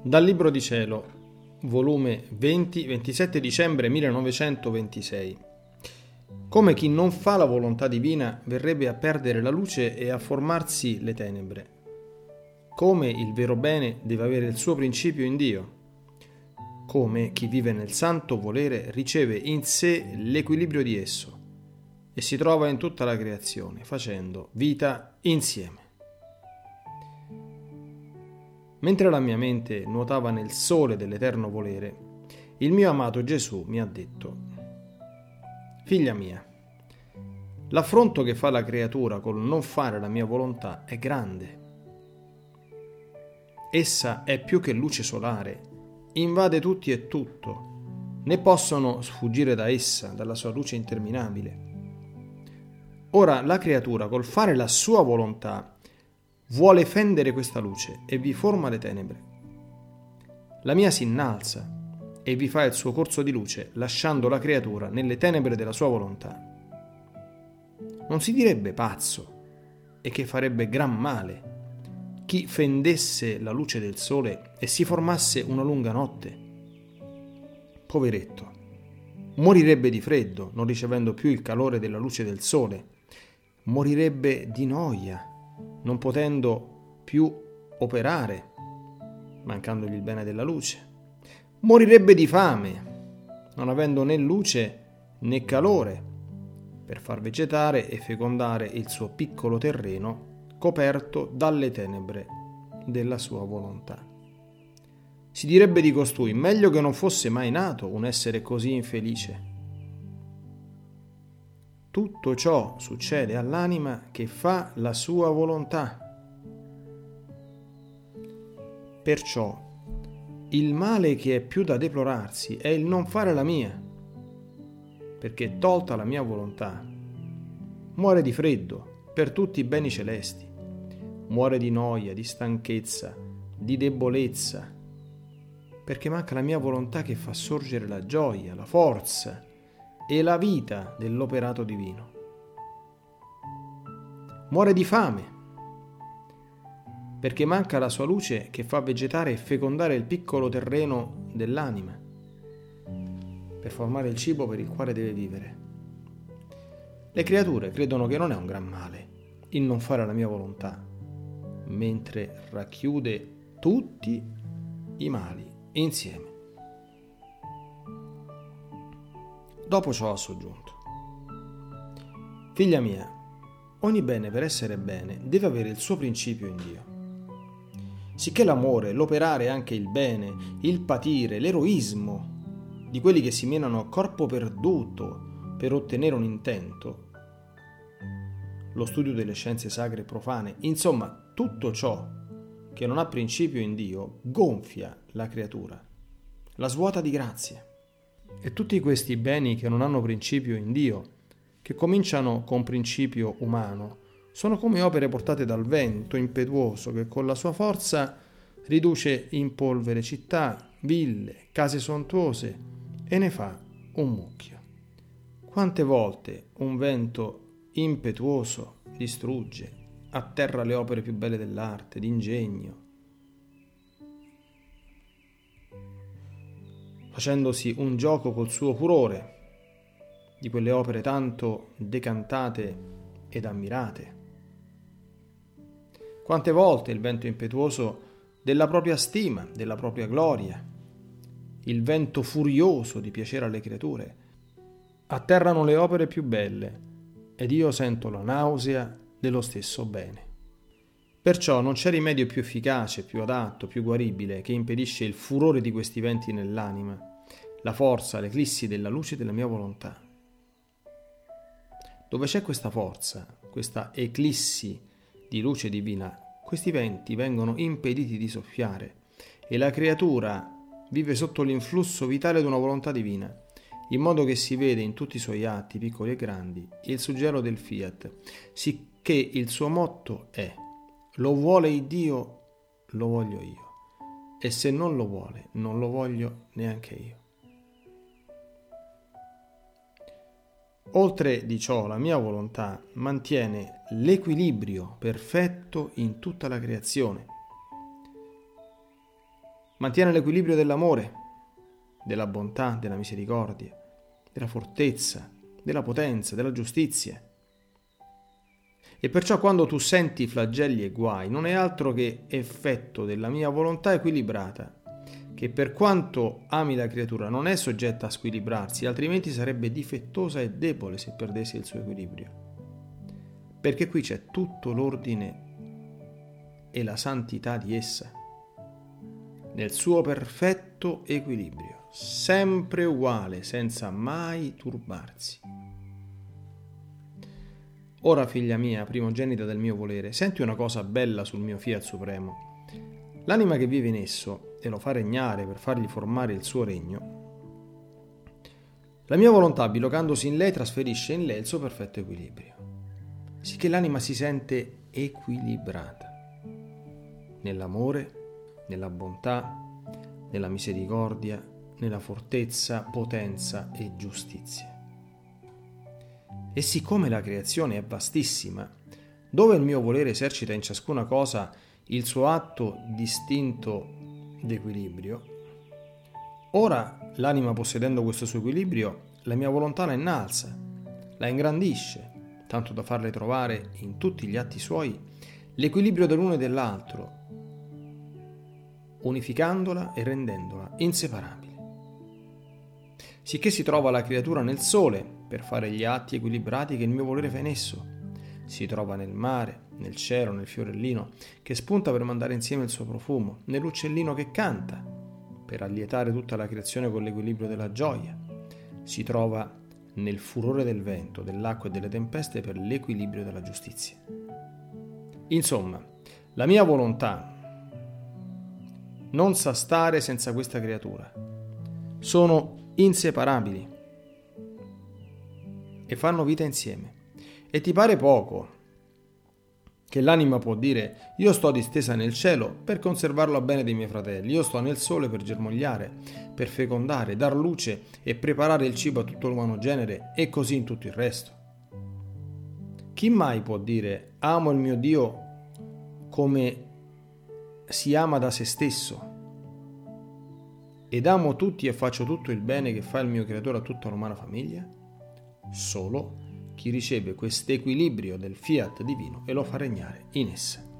Dal Libro di Cielo, volume 20, 27 dicembre 1926. Come chi non fa la volontà divina verrebbe a perdere la luce e a formarsi le tenebre. Come il vero bene deve avere il suo principio in Dio. Come chi vive nel santo volere riceve in sé l'equilibrio di esso e si trova in tutta la creazione, facendo vita insieme. Mentre la mia mente nuotava nel sole dell'eterno volere, il mio amato Gesù mi ha detto: Figlia mia, l'affronto che fa la creatura col non fare la mia volontà è grande. Essa è più che luce solare, invade tutti e tutto, né possono sfuggire da essa, dalla sua luce interminabile. Ora la creatura col fare la sua volontà vuole fendere questa luce e vi forma le tenebre. La mia si innalza e vi fa il suo corso di luce, lasciando la creatura nelle tenebre della sua volontà. Non si direbbe pazzo e che farebbe gran male chi fendesse la luce del sole e si formasse una lunga notte? Poveretto, morirebbe di freddo, non ricevendo più il calore della luce del sole. Morirebbe di noia, non potendo più operare, mancandogli il bene della luce. Morirebbe di fame, non avendo né luce né calore per far vegetare e fecondare il suo piccolo terreno coperto dalle tenebre della sua volontà. Si direbbe di costui: meglio che non fosse mai nato un essere così infelice. Tutto ciò succede all'anima che fa la sua volontà. Perciò il male che è più da deplorarsi è il non fare la mia, perché tolta la mia volontà muore di freddo per tutti i beni celesti, muore di noia, di stanchezza, di debolezza, perché manca la mia volontà che fa sorgere la gioia, la forza e la vita dell'operato divino. Muore di fame, perché manca la sua luce che fa vegetare e fecondare il piccolo terreno dell'anima, per formare il cibo per il quale deve vivere. Le creature credono che non è un gran male il non fare la mia volontà, mentre racchiude tutti i mali insieme. Dopo ciò ha soggiunto: Figlia mia, ogni bene per essere bene deve avere il suo principio in Dio. Sicché l'amore, l'operare anche il bene, il patire, l'eroismo di quelli che si menano a corpo perduto per ottenere un intento, lo studio delle scienze sacre e profane, insomma tutto ciò che non ha principio in Dio gonfia la creatura, la svuota di grazie. E tutti questi beni che non hanno principio in Dio, che cominciano con principio umano, sono come opere portate dal vento impetuoso che con la sua forza riduce in polvere città, ville, case sontuose e ne fa un mucchio. Quante volte un vento impetuoso distrugge, atterra le opere più belle dell'arte, d'ingegno, facendosi un gioco col suo furore di quelle opere tanto decantate ed ammirate. Quante volte il vento impetuoso della propria stima, della propria gloria, il vento furioso di piacere alle creature, atterrano le opere più belle ed io sento la nausea dello stesso bene. Perciò non c'è rimedio più efficace, più adatto, più guaribile che impedisce il furore di questi venti nell'anima, la forza, l'eclissi della luce della mia volontà. Dove c'è questa forza, questa eclissi di luce divina, questi venti vengono impediti di soffiare e la creatura vive sotto l'influsso vitale di una volontà divina, in modo che si vede in tutti i suoi atti, piccoli e grandi, il suggello del fiat, sicché il suo motto è: lo vuole il Dio, lo voglio io, e se non lo vuole, non lo voglio neanche io. Oltre di ciò, la mia volontà mantiene l'equilibrio perfetto in tutta la creazione, mantiene l'equilibrio dell'amore, della bontà, della misericordia, della fortezza, della potenza, della giustizia. E perciò quando tu senti flagelli e guai, non è altro che effetto della mia volontà equilibrata, che per quanto ami la creatura non è soggetta a squilibrarsi, altrimenti sarebbe difettosa e debole se perdesse il suo equilibrio. Perché qui c'è tutto l'ordine e la santità di essa, nel suo perfetto equilibrio, sempre uguale, senza mai turbarsi. Ora, figlia mia, primogenita del mio volere, senti una cosa bella sul mio fiat supremo. L'anima che vive in esso e lo fa regnare per fargli formare il suo regno, la mia volontà, bilocandosi in lei, trasferisce in lei il suo perfetto equilibrio, sicché l'anima si sente equilibrata nell'amore, nella bontà, nella misericordia, nella fortezza, potenza e giustizia. E siccome la creazione è vastissima, dove il mio volere esercita in ciascuna cosa il suo atto distinto d'equilibrio, ora l'anima, possedendo questo suo equilibrio, la mia volontà la innalza, la ingrandisce, tanto da farle trovare in tutti gli atti suoi l'equilibrio dell'uno e dell'altro, unificandola e rendendola inseparabile. Sicché si trova la creatura nel sole per fare gli atti equilibrati che il mio volere fa in esso. Si trova nel mare, nel cielo, nel fiorellino che spunta per mandare insieme il suo profumo, nell'uccellino che canta per allietare tutta la creazione con l'equilibrio della gioia. Si trova nel furore del vento, dell'acqua e delle tempeste per l'equilibrio della giustizia. Insomma, la mia volontà non sa stare senza questa creatura. Sono inseparabili e fanno vita insieme. E ti pare poco che l'anima può dire: io sto distesa nel cielo per conservarlo a bene dei miei fratelli, io sto nel sole per germogliare, per fecondare, dar luce e preparare il cibo a tutto l'umano genere, e così in tutto il resto. Chi mai può dire: amo il mio Dio come si ama da se stesso, ed amo tutti e faccio tutto il bene che fa il mio creatore a tutta l'umana famiglia? Solo chi riceve quest'equilibrio del fiat divino e lo fa regnare in essa.